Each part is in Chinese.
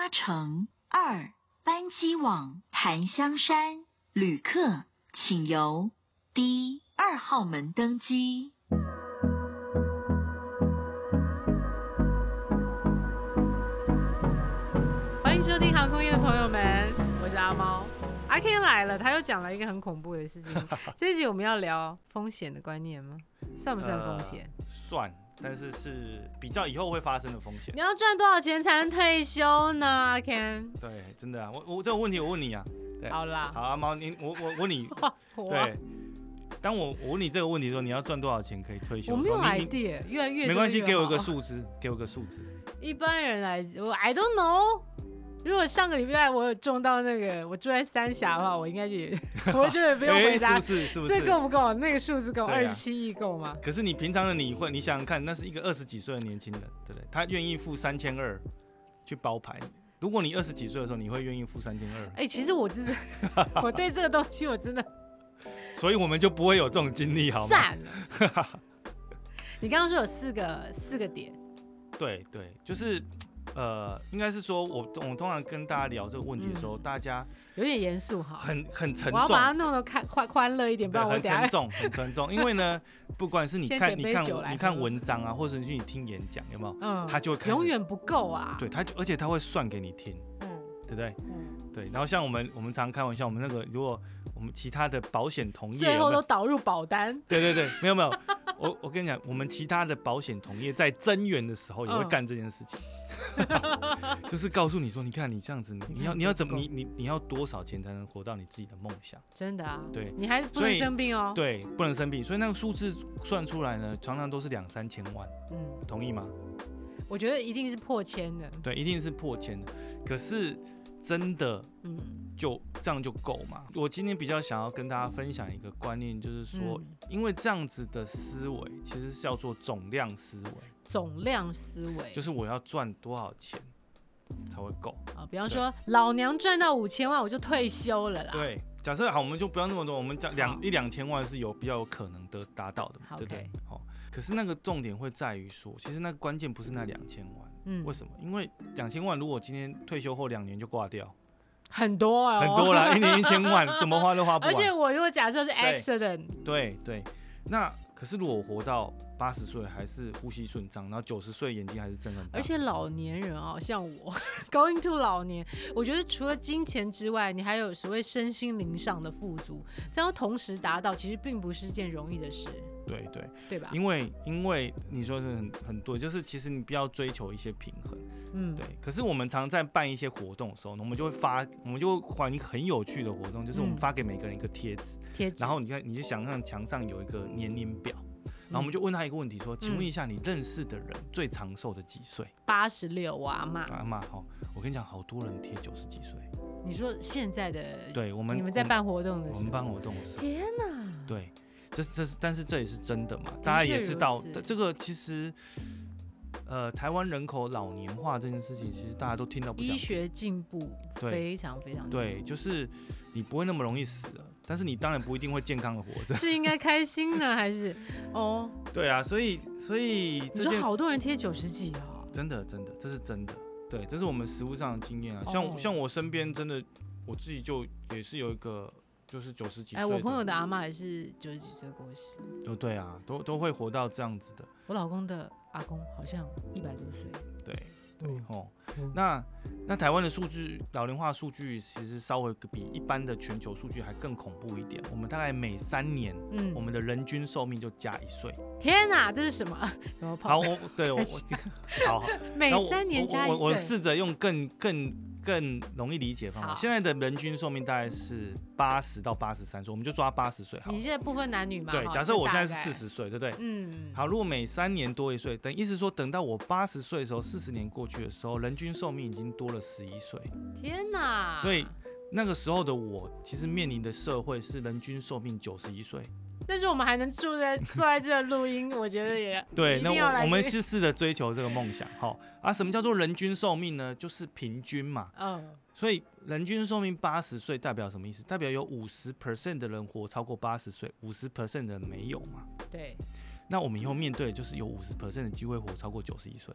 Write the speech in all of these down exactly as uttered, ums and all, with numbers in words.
乘二班机往檀香山，旅客请由 D 二号门登机。 欢迎收听航空业的朋友们，我是阿猫。阿 Ken 来了，他又讲了一个很恐怖的事情。这一集我们要聊风险的观念吗？算不算风险？ 呃、算，但是是比较以后会发生的风险。 你要赚多少钱才能退休呢？阿 Ken？ 对，真的啊，我我这个问题我问你啊。 好啦， 好阿猫，你我我问你，对。当我我问你这个问题的时候，你要赚多少钱可以退休？ 我没有 idea， 越来越多没关系，给我一个数字，给我个数字。 一般人来，我 I don't know。如果上个礼拜我有中到那个，我住在三峡的话，我应该就我就也不用回答， 是不是？是不是？ 这够不够？那个数字够二十七亿够吗？ 可是你平常的你会，你想想看，那是一个二十几岁的年轻人，对不对？他愿意付三千二去包牌。如果你二十几岁的时候，你会愿意付三千二？ 哎，其实我就是我对这个东西我真的， 所以我们就不会有这种经历，好吗？ 算了。你刚刚说有四个四个点， 对对，就是。呃，应该是说我，我我通常跟大家聊这个问题的时候，嗯、大家有点严肃哈， 很很沉重， 我要把它弄得欢欢乐一点，不然我等下很沉重，很沉重。因为呢，不管是你看你看你看文章啊，或者是你听演讲，有没有？嗯，他就会开始永远不够啊。 对，他就而且他会算给你听，嗯，对不对？嗯，对。然后像我们我们常开玩笑，我们那个如果我们其他的保险同业最后都导入保单， 对对对，没有没有。我我跟你讲，我们其他的保险同业在增援的时候也会干这件事情。嗯就是告诉你说，你看你这样子，你要你要怎么你你你要多少钱才能活到你自己的梦想？ 真的啊， 对， 你还不能生病哦。 对，不能生病，所以那个数字算出来呢，常常都是两三千万。嗯，同意吗？ 我觉得一定是破千的。 对，一定是破千的。可是真的，嗯，就这样就够吗？我今天比较想要跟大家分享一个观念，就是说，嗯、因为这样子的思维其实是叫做总量思维。 总量思维就是我要赚多少钱才会够啊？比方说，老娘赚到五千万我就退休了啦。 对，假设好，我们就不要那么多，我们讲两一两千万是有比较有可能的达到的，对不对？好，可是那个重点会在于说，其实那个关键不是那两千万，嗯，为什么？因为两千万如果今天退休后两年就挂掉， 很多哦， 很多啦，一年一千万，怎么花都花不完。 而且我如果假设是 accident， 对 对, 对，那可是如果我活到八十岁还是呼吸顺畅，然后九十岁眼睛还是睁很大， 而且老年人啊，像我 going to 老年，我觉得除了金钱之外，你还有所谓身心灵上的富足，这样同时达到，其实并不是件容易的事。 对对对吧？ 因为因为你说的很很对，就是其实你不要追求一些平衡，嗯，对。可是我们常在办一些活动的时候，我们就会发，我们就会玩一个很有趣的活动，就是我们发给每个人一个贴纸，贴纸，然后你看你就想象墙上有一个年龄表。然后我们就问他一个问题说，请问一下，你认识的人最长寿的几岁？ 八十六，我阿嬷。 阿嬷，好，我跟你讲，好多人贴九十几岁。 你说现在的？ 对，我们你们在办活动的时候， 我们办活动的时候， 天哪！ 对，这这是，但是这也是真的嘛？大家也知道，这个其实，呃，台湾人口老年化这件事情，其实大家都听到不想听。 医学进步非常非常进步， 对，就是你不会那么容易死了。但是你当然不一定会健康的活着， 是应该开心呢，还是哦？ 对啊，所以所以你说好多人贴九十几啊， 真的真的，这是真的，对，这是我们实务上的经验啊。像、哦、像我身边真的，我自己就也是有一个就是九十几岁，哎， 我朋友的阿嬷也是九十几岁过世。 哦，对啊，都都会活到这样子的。 我老公的阿公好像一百多岁。 对。对哦，嗯、那那台湾的数据老龄化数据其实稍微比一般的全球数据还更恐怖一点。我们大概每三年，嗯，我们的人均寿命就加一岁。 天哪，这是什么？ 好，我对我好， 每三年加一岁。 我我试着用更更更容易理解的方法。现在的人均寿命大概是八十到八十三岁，我们就抓八十岁好。 你现在不分男女嘛？ 对，假设我现在是四十岁，对不对？嗯。好，如果每三年多一岁，等意思说等到我八十岁的时候，四十年过去的时候，人均寿命已经多了十一岁。 天哪！ 所以那个时候的我，其实面临的社会是人均寿命九十一岁。 但是我们还能住在坐在这录音，我觉得也对。那 我, 我们是试着追求这个梦想，好啊。什么叫做人均寿命呢？就是平均嘛。嗯。所以人均寿命八十岁代表什么意思？代表有五十 percent 的人活超过八十岁，五十 percent 的人没有嘛？ 对。 那我们以后面对的就是有五十 percent 的机会活超过九十一岁。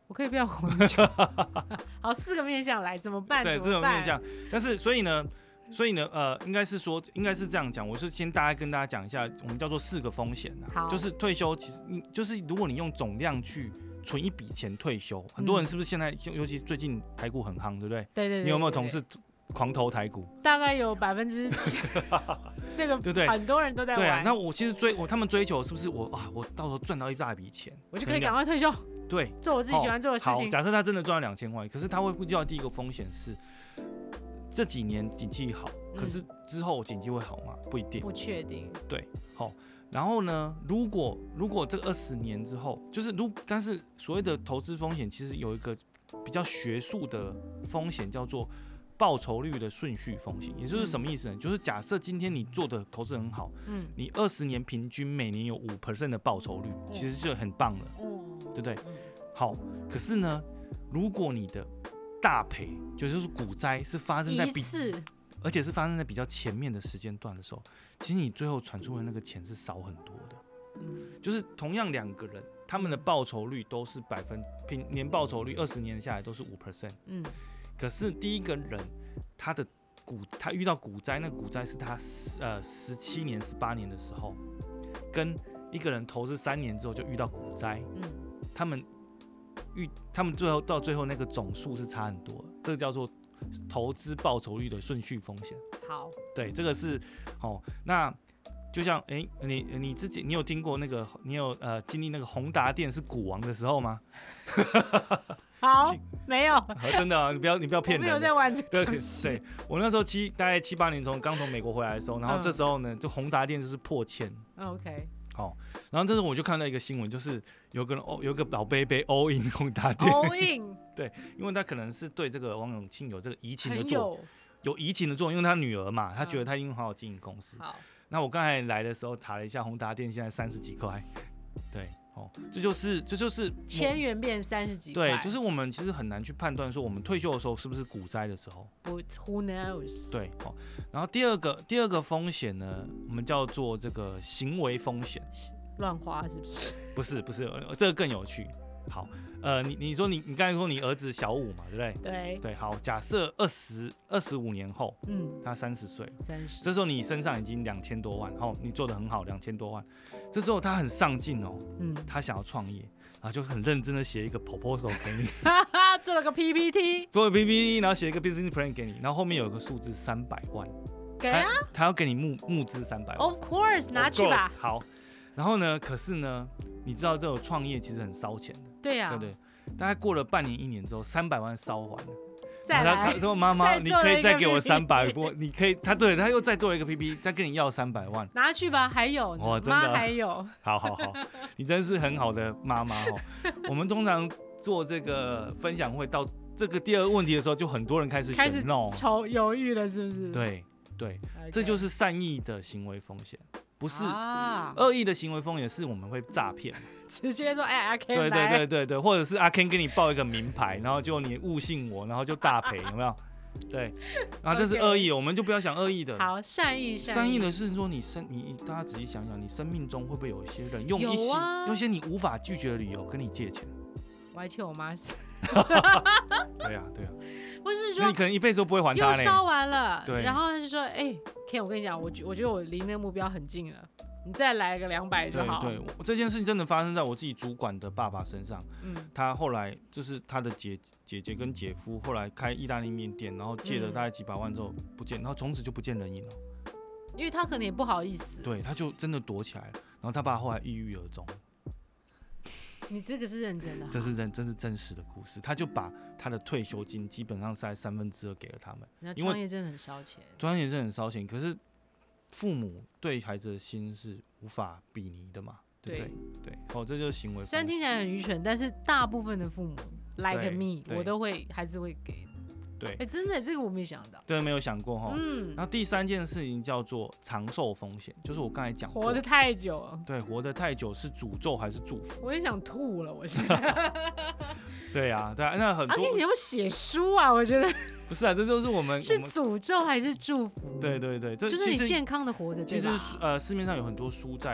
我可以不要活那么久。好，四个面向来，怎么办？ 对， 这种面向。但是所以呢，所以呢，呃，应该是说，应该是这样讲。我是先大概跟大家讲一下，我们叫做四个风险啊，就是退休，其实就是如果你用总量去存一笔钱退休，很多人是不是现在，尤其最近台股很夯，对不对？ 对对 对, 对。 你有没有同事狂投台股？ 大概有百分之七，那个对不对？很多人都在玩。 对啊，那我其实追我他们追求是不是我啊？我到时候赚到一大笔钱， 我就可以赶快退休。 对， 做我自己喜欢做的事情。 好，假设他真的赚到两千万，可是他会遇到第一个风险是，这几年景气好，可是之后景气会好吗？不一定， 不确定。 对，好。然后呢，如果如果这二十年之后，就是如但是所谓的投资风险，其实有一个比较学术的风险，叫做报酬率的顺序风险。也就是什么意思呢？嗯、就是假设今天你做的投资很好，嗯，你二十年平均每年有五 percent 的报酬率，其实就很棒了，嗯，对不对？嗯、好，可是呢，如果你的大赔，就是股灾是发生在比而且是发生在比较前面的时间段的时候，其实你最后传出的那个钱是少很多的。嗯，就是同样两个人，他们的报酬率都是百分平年报酬率，二十年下来都是五 percent。嗯，可是第一个人他的股他遇到股灾，那股灾是他呃十七年、十八年的时候，跟一个人投资三年之后就遇到股灾，嗯，他们遇他们最后到最后那个总数是差很多的，这个叫做投资报酬率的顺序风险。 好， 对，这个是哦。那就像哎、欸，你你自己你有听过那个你有呃经历那个宏达电是股王的时候吗？ 好，没有， 真的、啊，你不要你不要骗人。 我没有在玩这个东西。对，我那时候七大概七八年从刚从美国回来的时候，然后这时候呢，就宏达电就是破千。 OK。 好，然后这时候我就看到一个新闻，就是有个人哦，有个老伯伯 all in 宏达电 all in 对，因为他可能是对这个王永庆有这个移情的作用，有移情的作用，因为他女儿嘛，他觉得他应该好好经营公司。好，那我刚才来的时候查了一下，宏达电现在三十几块，对。哦，这就是这就是千元变三十几块， 对，就是我们其实很难去判断说我们退休的时候是不是股灾的时候。 不 ，Who knows？ 对，哦，然后第二个第二个风险呢，我们叫做这个行为风险。 乱花是不是？ 不是不是，这个更有趣。好，呃，你你说你你刚才说你儿子小五嘛，对不对？ 对对，好，假设二十二十五年后，嗯，他三十岁， 三十， 这时候你身上已经两千多万，哦，你做得很好，两千多万，这时候他很上进哦，嗯，他想要创业，然后就很认真的写一个 proposal 给你， 做了个 P P T， 做了 P P T， 然后写一个 business plan 给你，然后后面有一个数字三百万， 给啊， 他, 他要给你募募资三百万 ，Of course， 拿去吧， 好，然后呢，可是呢，你知道这种创业其实很烧钱的， 对呀、啊， 对不对？大概过了半年一年之后，三百万烧完了。 再来， 他说：“妈妈，你可以再给我三百，不，你可以。”他对他又再做了一个 P P T， 再跟你要三百万， 拿去吧，还有， 哦，真的， 妈还有， 好好好，你真是很好的妈妈哦。我们通常做这个分享会到这个第二个问题的时候，就很多人开始开始愁犹豫了，是不是？ 对对， okay. 这就是善意的行为风险。不是恶意的行为风险，是我们会诈骗， 直接说哎阿 Ken 对对对对对，或者是阿 Ken 给你报一个名牌，然后就你误信我，然后就大赔，有没有？对，然后这是恶意， okay. 我们就不要想恶意的。 好，善意善意。 善意的是说你生你大家仔细想想，你生命中会不会有一些人用一些、啊、用一些你无法拒绝的理由跟你借钱？ 我还欠我妈。 对啊对啊。 或是说你可能一辈子都不会还他呢。 又烧完了， 对， 然后他就说：“哎、欸、，Ken， 我跟你讲，我觉我觉得我离那个目标很近了，你再来个两百就好。” 对对，这件事情真的发生在我自己主管的爸爸身上。嗯，他后来就是他的姐姐姐跟姐夫后来开意大利面店，然后借了大概几百万之后不见，然后从此就不见人影了。 因为他可能也不好意思。 对，他就真的躲起来了，然后他爸后来抑郁而终。 你这个是认真的， 这是认，这是真实的故事。他就把他的退休金基本上在三分之二给了他们。 那创业真的很烧钱， 创业真的很烧钱。可是父母对孩子的心是无法比拟的嘛，对不对？对，哦，这就是行为风险。 虽然听起来很愚蠢，但是大部分的父母 like me， 我都会还是会给。 对， 哎、欸，真的，这个我没想到， 对，没有想过哈。嗯，然后第三件事情叫做长寿风险，就是我刚才讲， 活得太久了。 对，活得太久是诅咒还是祝福？ 我也想吐了，我现在。 对啊，对啊，那很多。 而且你有没有写书啊？我觉得不是啊，这就是我们是诅咒还是祝福？ 对对对，这就是你健康的活着。 其实呃，市面上有很多书在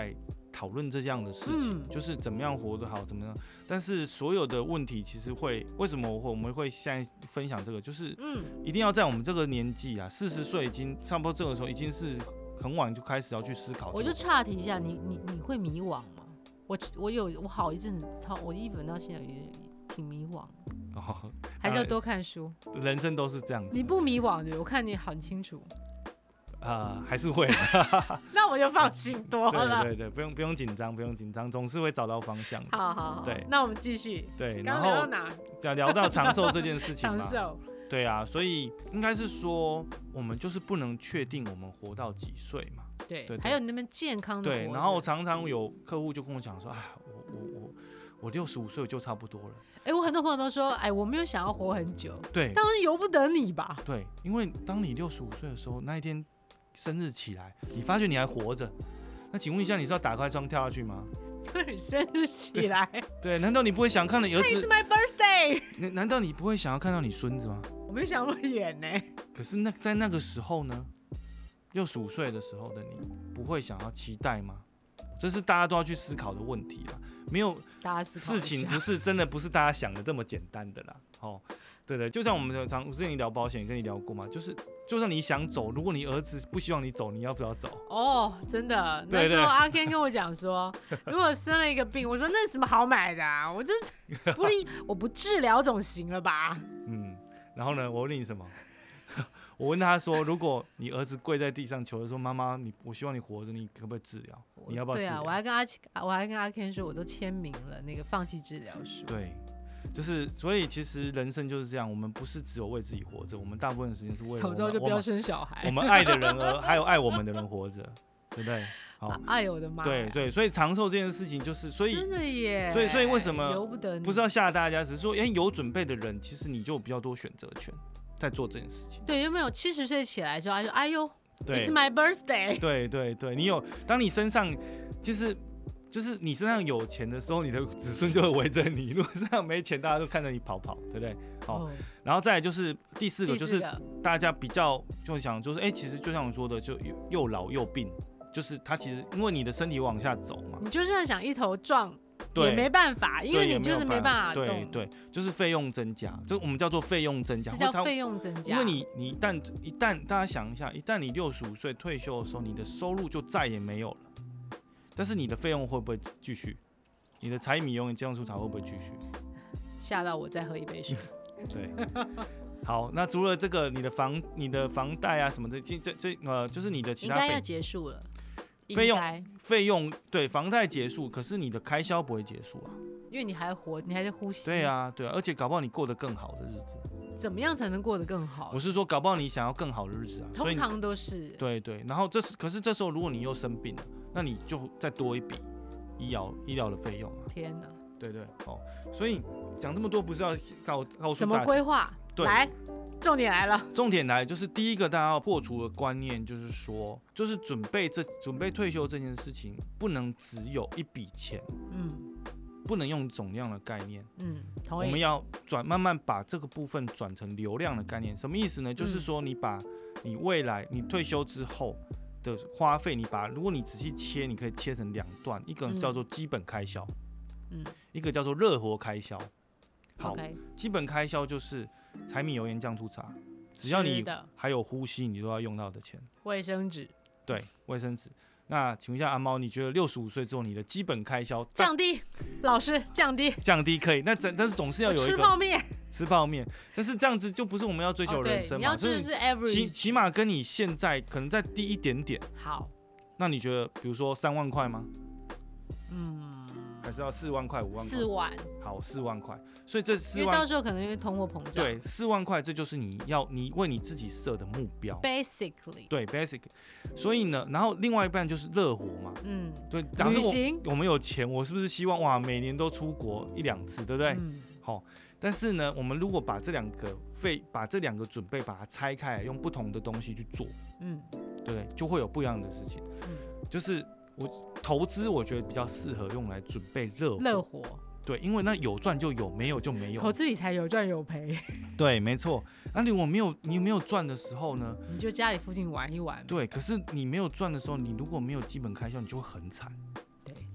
讨论这样的事情，嗯、就是怎么样活得好，怎么样。但是所有的问题其实会，为什么我会我们会现在分享这个，就是一定要在我们这个年纪啊，四十岁已经差不多这个时候已经是很晚就开始要去思考。 我就岔题一下，你你你会迷惘吗？我我有我好一阵子超，我一本到现在也挺迷惘。哦，还是要多看书。 人生都是这样子。 你不迷惘的，我看你很清楚。 啊、呃，还是会。 那我就放心多了。 对对对，不用不用紧张，不用紧张，总是会找到方向的。 好好好， 对， 那我们继续。 对， 然后哪？ 聊到长寿这件事情嘛。 长寿。 对啊，所以应该是说，我们就是不能确定我们活到几岁嘛。 对，对对，还有你那边健康的活。 对，然后常常有客户就跟我讲说，啊，我我我我六十五岁就差不多了。 哎，我很多朋友都说，哎，我没有想要活很久。 对， 当然由不得你吧。 对，因为当你六十五岁的时候，那一天生日起来，你发觉你还活着，那请问一下，你是要打开窗跳下去吗？ 对，生日起来。 对，难道你不会想看你儿子 ？It's my birthday。 难道你不会想要看到你孙子吗？ 我没想那么远呢。 可是那在那个时候呢，六十五岁的时候的你，不会想要期待吗？这是大家都要去思考的问题啦。没有事情不是真的不是大家想的这么简单的啦。哦，对对，就像我们常我之前聊保险跟你聊过嘛，就是就算你想走，如果你儿子不希望你走，你要不要走？ 哦，真的，那时候阿 Ken 跟我讲说，如果生了一个病，我说那有什么好买的啊？我就是不理，我不治疗总行了吧？ 嗯，然后呢，我问你什么？我问他说，如果你儿子跪在地上求着说，妈妈，你我希望你活着，你可不可以治疗？你要不要治疗？ 对啊，我还跟阿我还跟阿 Ken 说，我都签名了那个放弃治疗书。 对。就是所以其实人生就是这样，我们不是只有为自己活着，我们大部分的时间是为了走之后就不要生小孩， 我们爱的人而还有爱我们的人活着，对不对？好， 哎我的妈！ 对对，所以长寿这件事情就是，所以真的耶， 所以所以为什么由不得你？ 不是要吓大家，只是说，哎，有准备的人，其实你就有比较多选择权在做这件事情。 对，有没有七十岁起来之后，他说，哎呦 ，It's my birthday。 对对对，你有，当你身上其实。就是你身上有钱的时候，你的子孙就会围着你；如果身上没钱，大家都看着你跑跑，对不对？好，哦、然后再来就是第四个，就是大家比较就想，就是哎、欸，其实就像我说的，就又老又病，就是他其实因为你的身体往下走嘛， 你就算想一头撞，也没办法，因为你就是没办法动。 对对，就是费用增加，这我们叫做费用增加， 这叫费用增加。 因为你你一旦一旦大家想一下，一旦你六十五岁退休的时候，你的收入就再也没有了。但是你的费用会不会继续？你的柴米油盐酱醋茶会不会继续？ 吓到我再喝一杯水。 对，好，那除了这个，你的房、你的房贷啊什么的，这这这呃，就是你的其他费应该要结束了。 费用费用对房贷结束，可是你的开销不会结束啊， 因为你还活，你还在呼吸。 对啊，对啊，而且搞不好你过得更好的日子。 怎么样才能过得更好？ 我是说，搞不好你想要更好的日子啊。 通常都是。 对对，然后这是，可是这时候如果你又生病了，那你就再多一笔医疗医疗的费用啊。 天哪！ 对对哦，所以讲这么多不是要告告诉大家怎么规划？来，重点来了。 重点来就是第一个，大家要破除的观念就是说，就是准备这准备退休这件事情，不能只有一笔钱。嗯。不能用总量的概念，嗯，我们要转慢慢把这个部分转成流量的概念。什么意思呢？就是说你把你未来你退休之后的花费，你把如果你仔细切，你可以切成两段，一个叫做基本开销，嗯，一个叫做热活开销。好， okay. 基本开销就是柴米油盐酱醋茶，只要你还有呼吸，你都要用到的钱。 卫生纸， 对，卫生纸。那请问一下阿猫，你觉得六十五岁之后你的基本开销降低？老师降低， 降低可以，那但是总是要有一个吃泡面， 吃泡面，但是这样子就不是我们要追求人生嘛？ 哦、你要就是 average， 起起码跟你现在可能再低一点点。 好， 那你觉得，比如说三万块吗？嗯，还是要四万块、五万块？ 四万。 好，四万块。所以这四万， 因为到时候可能因为通货膨胀。 对，四万块，这就是你要你为你自己设的目标。 Basically。 对 ，basic。所以呢，然后另外一半就是乐活嘛。嗯。对，假设我我们有钱，我是不是希望哇每年都出国一两次，对不对？嗯。好，但是呢，我们如果把这两个费，把这两个准备把它拆开来，用不同的东西去做，嗯，对不对？就会有不一样的事情。嗯。就是我投资，我觉得比较适合用来准备乐活。 乐活。 对，因为那有赚就有，没有就没有。 投资理财有赚有赔。 对，没错。那你我没有，你没有赚的时候呢？ 你就家里附近玩一玩。 对，可是你没有赚的时候，你如果没有基本开销，你就会很惨。 对，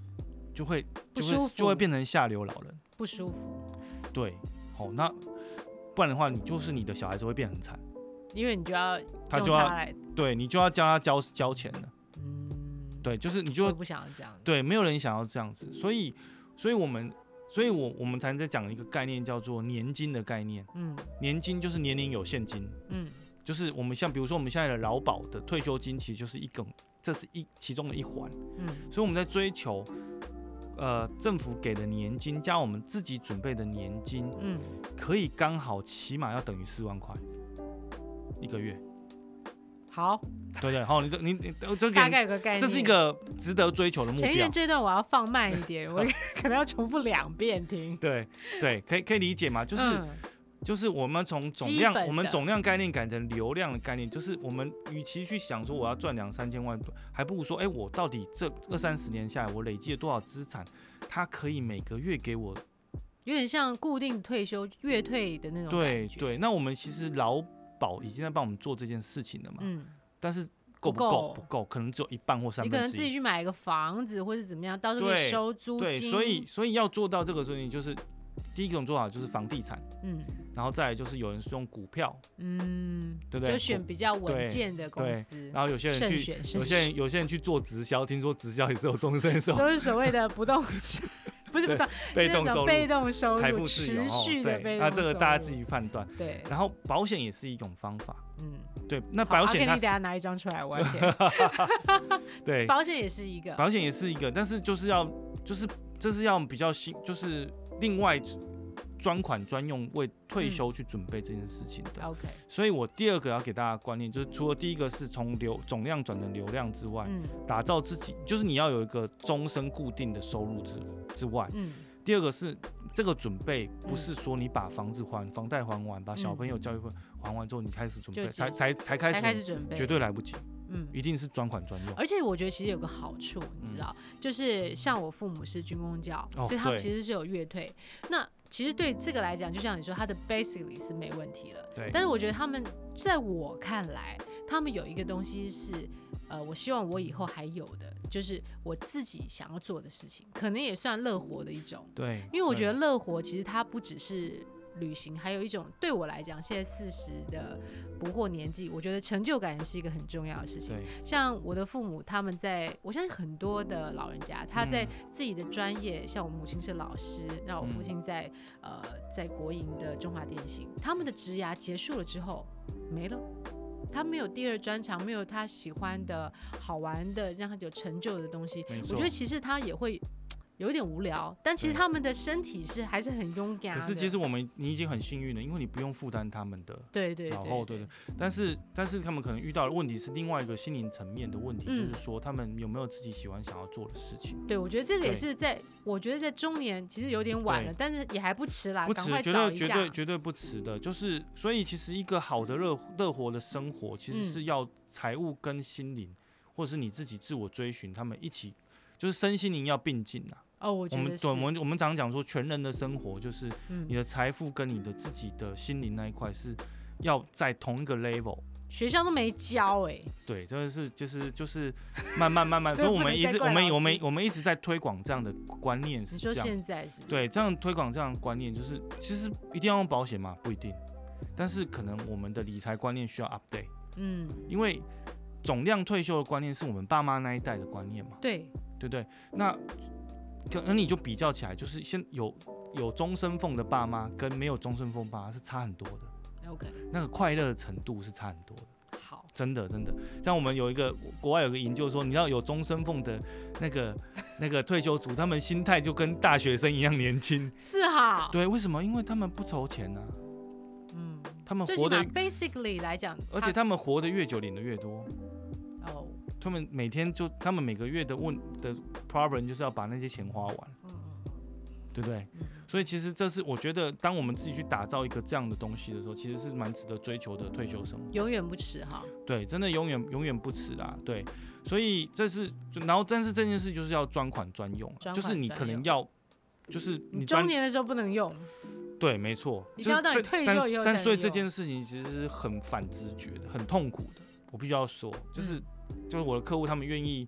就会不舒服， 就会变成下流老人， 不舒服。 对，好、哦，那不然的话，你就是你的小孩子会变很惨， 因为你就要他就要来， 对你就要教他交交钱了。嗯，对，就是你就我不想要这样， 对，没有人想要这样子，所以，所以我们，所以我我们才在讲一个概念叫做年金的概念。嗯，年金就是年龄有现金。嗯，就是我们像比如说我们现在的劳保的退休金，其实就是一个，这是一其中的一环。嗯，所以我们在追求，呃，政府给的年金加我们自己准备的年金，嗯，可以刚好起码要等于四万块一个月。 好， 对不对？好，你这你你这大概有个概念， 这是一个值得追求的目标。 前面这段我要放慢一点，我可能要重复两遍听。 对对，可以可以理解嘛？就是、嗯、就是我们从总量，我们总量概念改成流量的概念，就是我们与其去想说我要赚两三千万，还不如说，哎，我到底这二三十年下来，我累积了多少资产，它可以每个月给我。 有点像固定退休月退的那种感觉。 对对，那我们其实劳保已经在帮我们做这件事情了嘛，嗯，但是够不够？不够，可能只有一半或三分之一。 你可能自己去买一个房子或者怎么样，到时候可以收租金。 对，所以所以要做到这个事情，就是第一种做法就是房地产，嗯，然后再来就是有人是用股票，嗯，对不对？ 就选比较稳健的公司。 然后有些人去，有些人有些人去做直销，听说直销也是有终身收入， 就是所谓的不动产。不是不动， 被动收入， 被动收入， 财富自由， 持续的被动收入。 那这个大家自己判断。 对。 然后保险也是一种方法。嗯，对。那保险它， 你等下拿一张出来，我要钱。 对。 保险也是一个。 保险也是一个，但是就是要，就是这是要比较新，就是另外专款专用为退休去准备这件事情的。 OK。 所以我第二个要给大家的观念就是，除了第一个是从流总量转成流量之外，嗯、打造自己，就是你要有一个终身固定的收入之之外，嗯、第二个是这个准备不是说你把房子还、房贷还完，把小朋友教育费还完之后，你开始准备，才才才开始， 才开始准备， 绝对来不及。嗯，一定是专款专用。 而且我觉得其实有个好处，你知道，嗯、就是像我父母是军公教， 哦、 所以他们其实是有月退。那其实对这个来讲，就像你说，他的 basically 是没问题了。 对。 但是我觉得他们，在我看来，他们有一个东西是，呃，我希望我以后还有的，就是我自己想要做的事情，可能也算乐活的一种。 对。 因为我觉得乐活其实它不只是旅行，还有一种对我来讲，现在四十的不惑年纪，我觉得成就感是一个很重要的事情。像我的父母，他们在，我相信很多的老人家，他在自己的专业，嗯、像我母亲是老师，那我父亲在、嗯、呃在国营的中华电信，他们的职涯结束了之后没了。他没有第二专长，没有他喜欢的好玩的让他有成就的东西，我觉得其实他也会有点无聊，但其实他们的身体是还是很勇敢的。 可是其实我们你已经很幸运了，因为你不用负担他们的对对然后对对，但是但是他们可能遇到的问题是另外一个心灵层面的问题，嗯、就是说他们有没有自己喜欢想要做的事情。 对，我觉得这个也是在，我觉得在中年其实有点晚了，但是也还不迟啦，赶快找一下， 绝对绝对绝对不迟的。就是所以其实一个好的乐乐活的生活，其实是要财务跟心灵，嗯、或者是你自己自我追寻，他们一起就是身心灵要并进啊。 哦，我觉得是。 我们我们我们常讲说，全人的生活就是你的财富跟你的自己的心灵那一块是要在同一个 level。 学校都没教哎、欸。 对，真的是就是就是慢慢慢慢，所以我们一直我们我们我们一直在推广这样的观念是这样。 你说现在是不是？ 对，这样推广这样的观念就是，其实一定要用保险吗？不一定，但是可能我们的理财观念需要 update。嗯，因为总量退休的观念是我们爸妈那一代的观念嘛。 对， 对不对？那可能你就比较起来，就是先有有终身俸的爸妈跟没有终身俸爸妈是差很多的。 OK， 那个快乐的程度是差很多的。 好， 真的真的。像我们有一个国外有个研究说，你知道有终身俸的那个那个退休族，他们心态就跟大学生一样年轻。 是哈。 对，为什么？因为他们不筹钱啊。嗯。他们活得 basically 来讲， 而且他们活得越久，领得越多。 哦。 他们每天就，他们每个月的问的 problem 就是要把那些钱花完，嗯、对不对？嗯、所以其实这是我觉得，当我们自己去打造一个这样的东西的时候，其实是蛮值得追求的退休生活。 永远不迟哈。 对，真的永远永远不迟啦。对，所以这是，然后但是这件事就是要专款专用， 专款专用就是你可能要，就是你中年的时候不能用。 对，没错。 一定要到你退休以后才能用。 但所以这件事情其实是很反直觉的，很痛苦的。我必须要说，就是。就是我的客户，他们愿意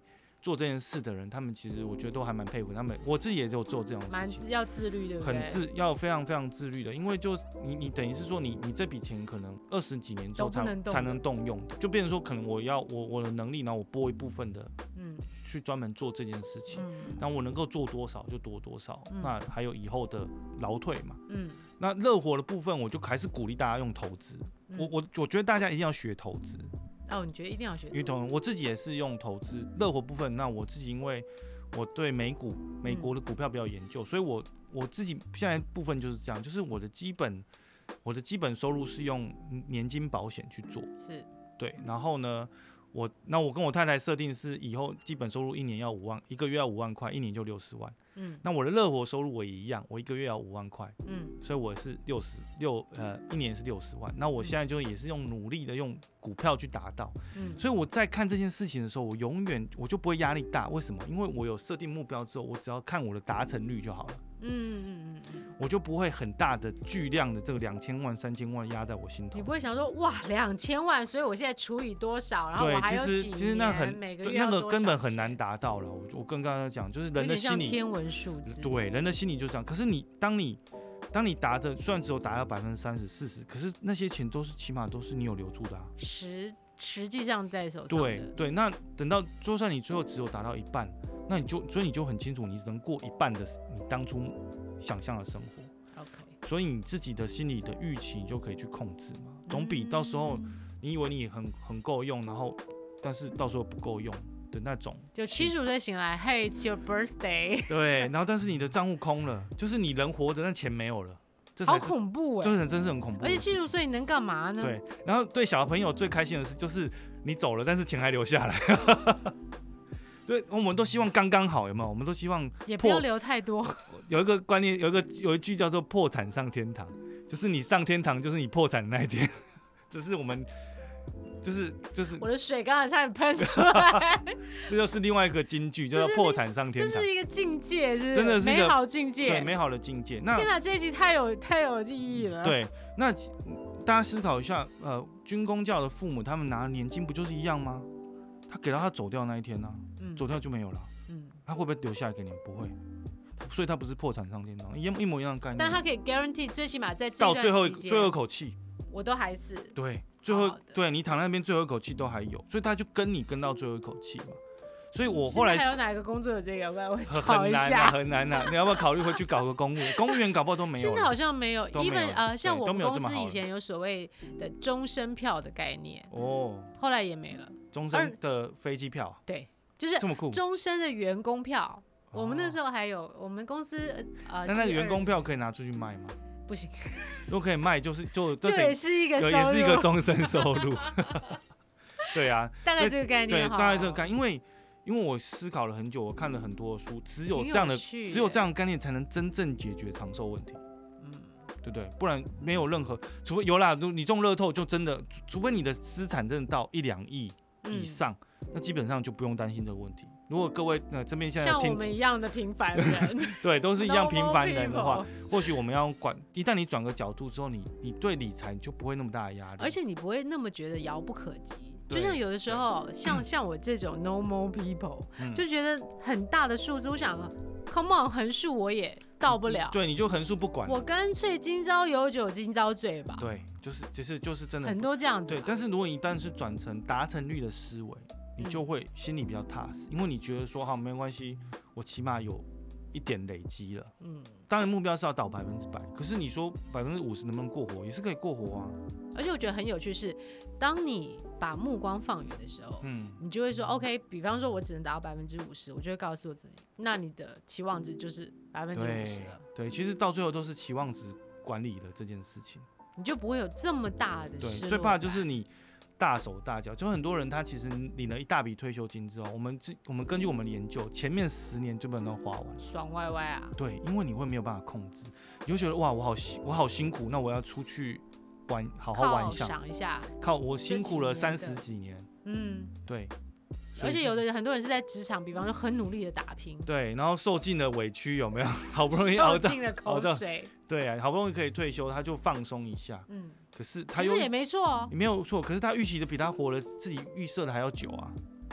做这件事的人，他们其实我觉得都还蛮佩服他们。我自己也有做这种事情， 蛮要自律，对不对？ 很自要非常非常自律的，因为就你你等于是说你你这笔钱可能二十几年之后才能才能动用的，就变成说可能我要我我的能力，然后我拨一部分的，嗯，去专门做这件事情，那、嗯、我能够做多少就多多少，嗯、那还有以后的劳退嘛，嗯，那乐活的部分我就还是鼓励大家用投资，嗯、我我我觉得大家一定要学投资。 哦，你觉得一定要学投资？ 因为我自己也是用投资乐活部分，那我自己因为我对美股美国的股票比较研究，嗯、所以我我自己现在部分就是这样，就是我的基本我的基本收入是用年金保险去做， 是， 对，然后呢，我那我跟我太太设定是以后基本收入一年要五万，一个月要五万块，一年就六十万。嗯，那我的乐活收入我也一样，我一个月要五万块，嗯，所以我是六十六呃一年是六十万。那我现在就也是用努力的用股票去达到，嗯，所以我在看这件事情的时候，我永远我就不会压力大。为什么？因为我有设定目标之后，我只要看我的达成率就好了。嗯嗯嗯，我就不会很大的巨量的这个两千万、三千万压在我心头。 你不会想说哇两千万，所以我现在除以多少，然后我还有几年， 其实那很每个月要多少钱， 那个根本很难达到了。我我跟刚才讲，就是人的心理有点像天文数字。 对，人的心理就这样。可是你当你当你达着，虽然只有达到百分之三十、四十，可是那些钱都是起码都是你有留住的啊。 实实际上在手上的。 对对，那等到就算你最后只有达到一半，那你就所以你就很清楚，你能过一半的你当初想象的生活。 OK。 所以你自己的心理的预期，你就可以去控制嘛，总比到时候你以为你很很够用，然后但是到时候不够用的那种。 就七十五岁醒来 ，Hey, it's your birthday。 对，然后但是你的账户空了，就是你人活着，但钱没有了。 好恐怖哎、欸！ 真的真是很恐怖。 而且七十五岁你能干嘛呢？ 对，然后对小朋友最开心的是，就是你走了，但是钱还留下来。对，我们都希望刚刚好，有没有？我们都希望也不要留太多。 有一个观念，有一个有一句叫做“破产上天堂”，就是你上天堂，就是你破产的那一天。这是我们，就是就是。 我的水刚才差点喷出来。 这就是另外一个金句，叫做“破产上天堂”。 这是一个境界，是不是？ 真的是一个美好境界。 对，美好的境界。那天哪，这一集太有太有意义了。 对，那大家思考一下，呃，军公教的父母，他们拿的年金不就是一样吗？他给到他走掉那一天呢、啊嗯，走掉就没有了。嗯，他会不会留下来给你？不会，所以他不是破产上天堂，一一模一样的概念。 但他可以 guarantee 最起码在这到最后最后一口气， 我都还是对，最后对你躺在那边最后一口气都还有，所以他就跟你跟到最后一口气嘛。所以我后来还有哪个工作有这个？我很难啊，很难啊！你要不要考虑回去搞个公务员？公务员搞不好都没有。 现在好像没有 ，even 呃，像我们公司以前有所谓的终身票的概念哦，后来也没了。 终身的飞机票， 对，就是这么酷。 终身的员工票，我们那时候还有，我们公司呃， 那那个员工票可以拿出去卖吗？ 不行， 如果可以卖，就是就这也是一个收入， 也是一个终身收入。对啊， 大概这个概念， 对，大概这个概念，因为因为我思考了很久，我看了很多书，只有这样的，只有这样的概念才能真正解决长寿问题。对不对？不然没有任何，除非有啦，你中乐透就真的，除非你的资产真的到一两亿以上、嗯，那基本上就不用担心这个问题。如果各位呃这边现在像我们一样的平凡人， 对，都是一样平凡人的话，或许我们要管。一旦你转个角度之后，你你对理财就不会那么大的压力， 而且你不会那么觉得遥不可及。就像有的时候，像像我这种 normal people，、嗯、就觉得很大的数字，我想 come on 横竖我也到不了。 对，你就横竖不管， 我干脆今朝有酒今朝醉吧。 对，就是其实就是真的很多这样子。 对，但是如果你一旦是转成达成率的思维，你就会心里比较踏实，因为你觉得说好没关系，我起码有一点累积了。嗯，当然目标是要到百分之百，可是你说百分之五十能不能过活，也是可以过活啊。 而且我觉得很有趣是，当你把目光放远的时候，嗯，你就会说 OK， 比方说我只能达到百分之五十，我就会告诉我自己，那你的期望值就是百分之五十了。 对，其实到最后都是期望值管理的这件事情， 你就不会有这么大的失落感。 对，最怕就是你大手大脚，就很多人他其实领了一大笔退休金之后，我们我们根据我们的研究，前面十年就不能花完， 爽歪歪啊。 对，因为你会没有办法控制，你就觉得哇，我好我好辛苦，那我要出去玩，好好玩一下， 想一下， 靠我辛苦了三十几年，嗯，对。 而且有的人很多人是在职场，比方说很努力的打拼， 对，然后受尽了委屈，有没有？好不容易熬到， 受尽了口水， 对啊，好不容易可以退休，他就放松一下，嗯。可是他又其实也没错哦， 没有错。可是他预期的比他活了自己预设的还要久啊，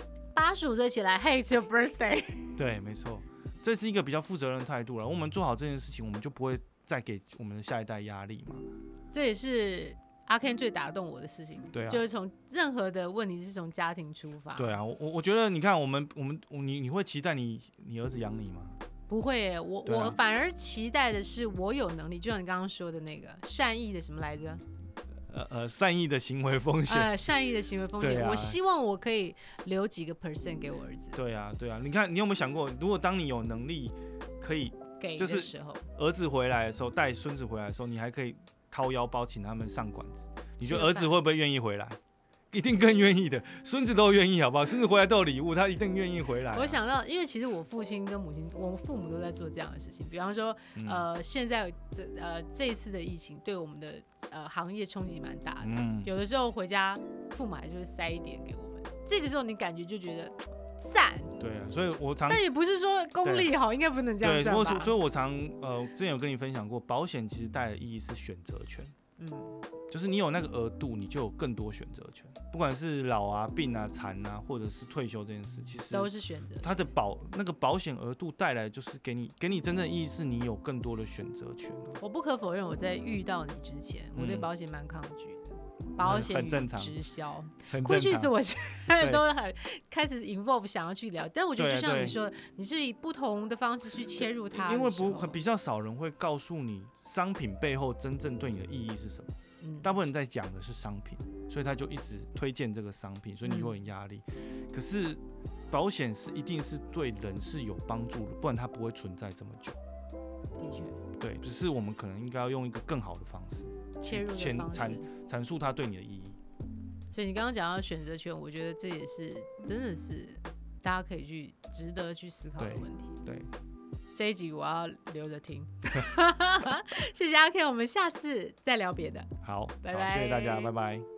八十五岁起来 ，Hey, it's your birthday。 对，没错，这是一个比较负责任的态度了。我们做好这件事情，我们就不会再给我们的下一代压力嘛。 这也是阿 Ken 最打动我的事情， 对啊， 就是从任何的问题是从家庭出发。 对啊，我我觉得你看，我们我们你你会期待你你儿子养你吗？ 不会耶，我、 啊、 我反而期待的是我有能力，就像你刚刚说的那个善意的什么来着？ 呃呃，善意的行为风险。 呃，善意的行为风险、 啊。 我希望我可以留几个 percent 给我儿子。 对啊，对啊，你看，你有没有想过，如果当你有能力可以给的时候， 儿子回来的时候，带孙子回来的时候，你还可以掏腰包请他们上馆子，你觉得儿子会不会愿意回来？一定更愿意的，孙子都愿意，好不好？孙子回来都有礼物，他一定愿意回来、啊。 我想到，因为其实我父亲跟母亲，我父母都在做这样的事情。比方说，嗯、呃，现在这呃这一次的疫情对我们的呃行业冲击蛮大的、嗯。有的时候回家，父母还就会塞一点给我们。这个时候你感觉就觉得赞。 对啊，所以我常。 但也不是说功利好，应该不能这样算吧。 对，所以我常呃之前有跟你分享过，保险其实带的意义是选择权。嗯。就是你有那个额度，你就有更多选择权。不管是老啊、病啊、残啊，或者是退休这件事，其实都是选择。 它的保那个保险额度带来，就是给你给你真正的意义是你有更多的选择权、啊。 我不可否认，我在遇到你之前，我对保险蛮抗拒的。嗯、保险与直销，过去是我现在都很开始 involve 想要去聊，但我觉得就像你说，你是以不同的方式去切入它， 因为不比较少人会告诉你商品背后真正对你的意义是什么。大部分人在讲的是商品，所以他就一直推荐这个商品，所以你就会有压力。嗯、可是保险是一定是对人是有帮助的，不然它不会存在这么久。 的确， 对，只是我们可能应该要用一个更好的方式切入的方式阐阐述它对你的意义。 所以你刚刚讲到选择权，我觉得这也是真的是大家可以去值得去思考的问题。 对。对， 这一集我要留着听，谢谢阿 Ken， 我们下次再聊别的。 好， 拜拜， 谢谢大家，拜拜。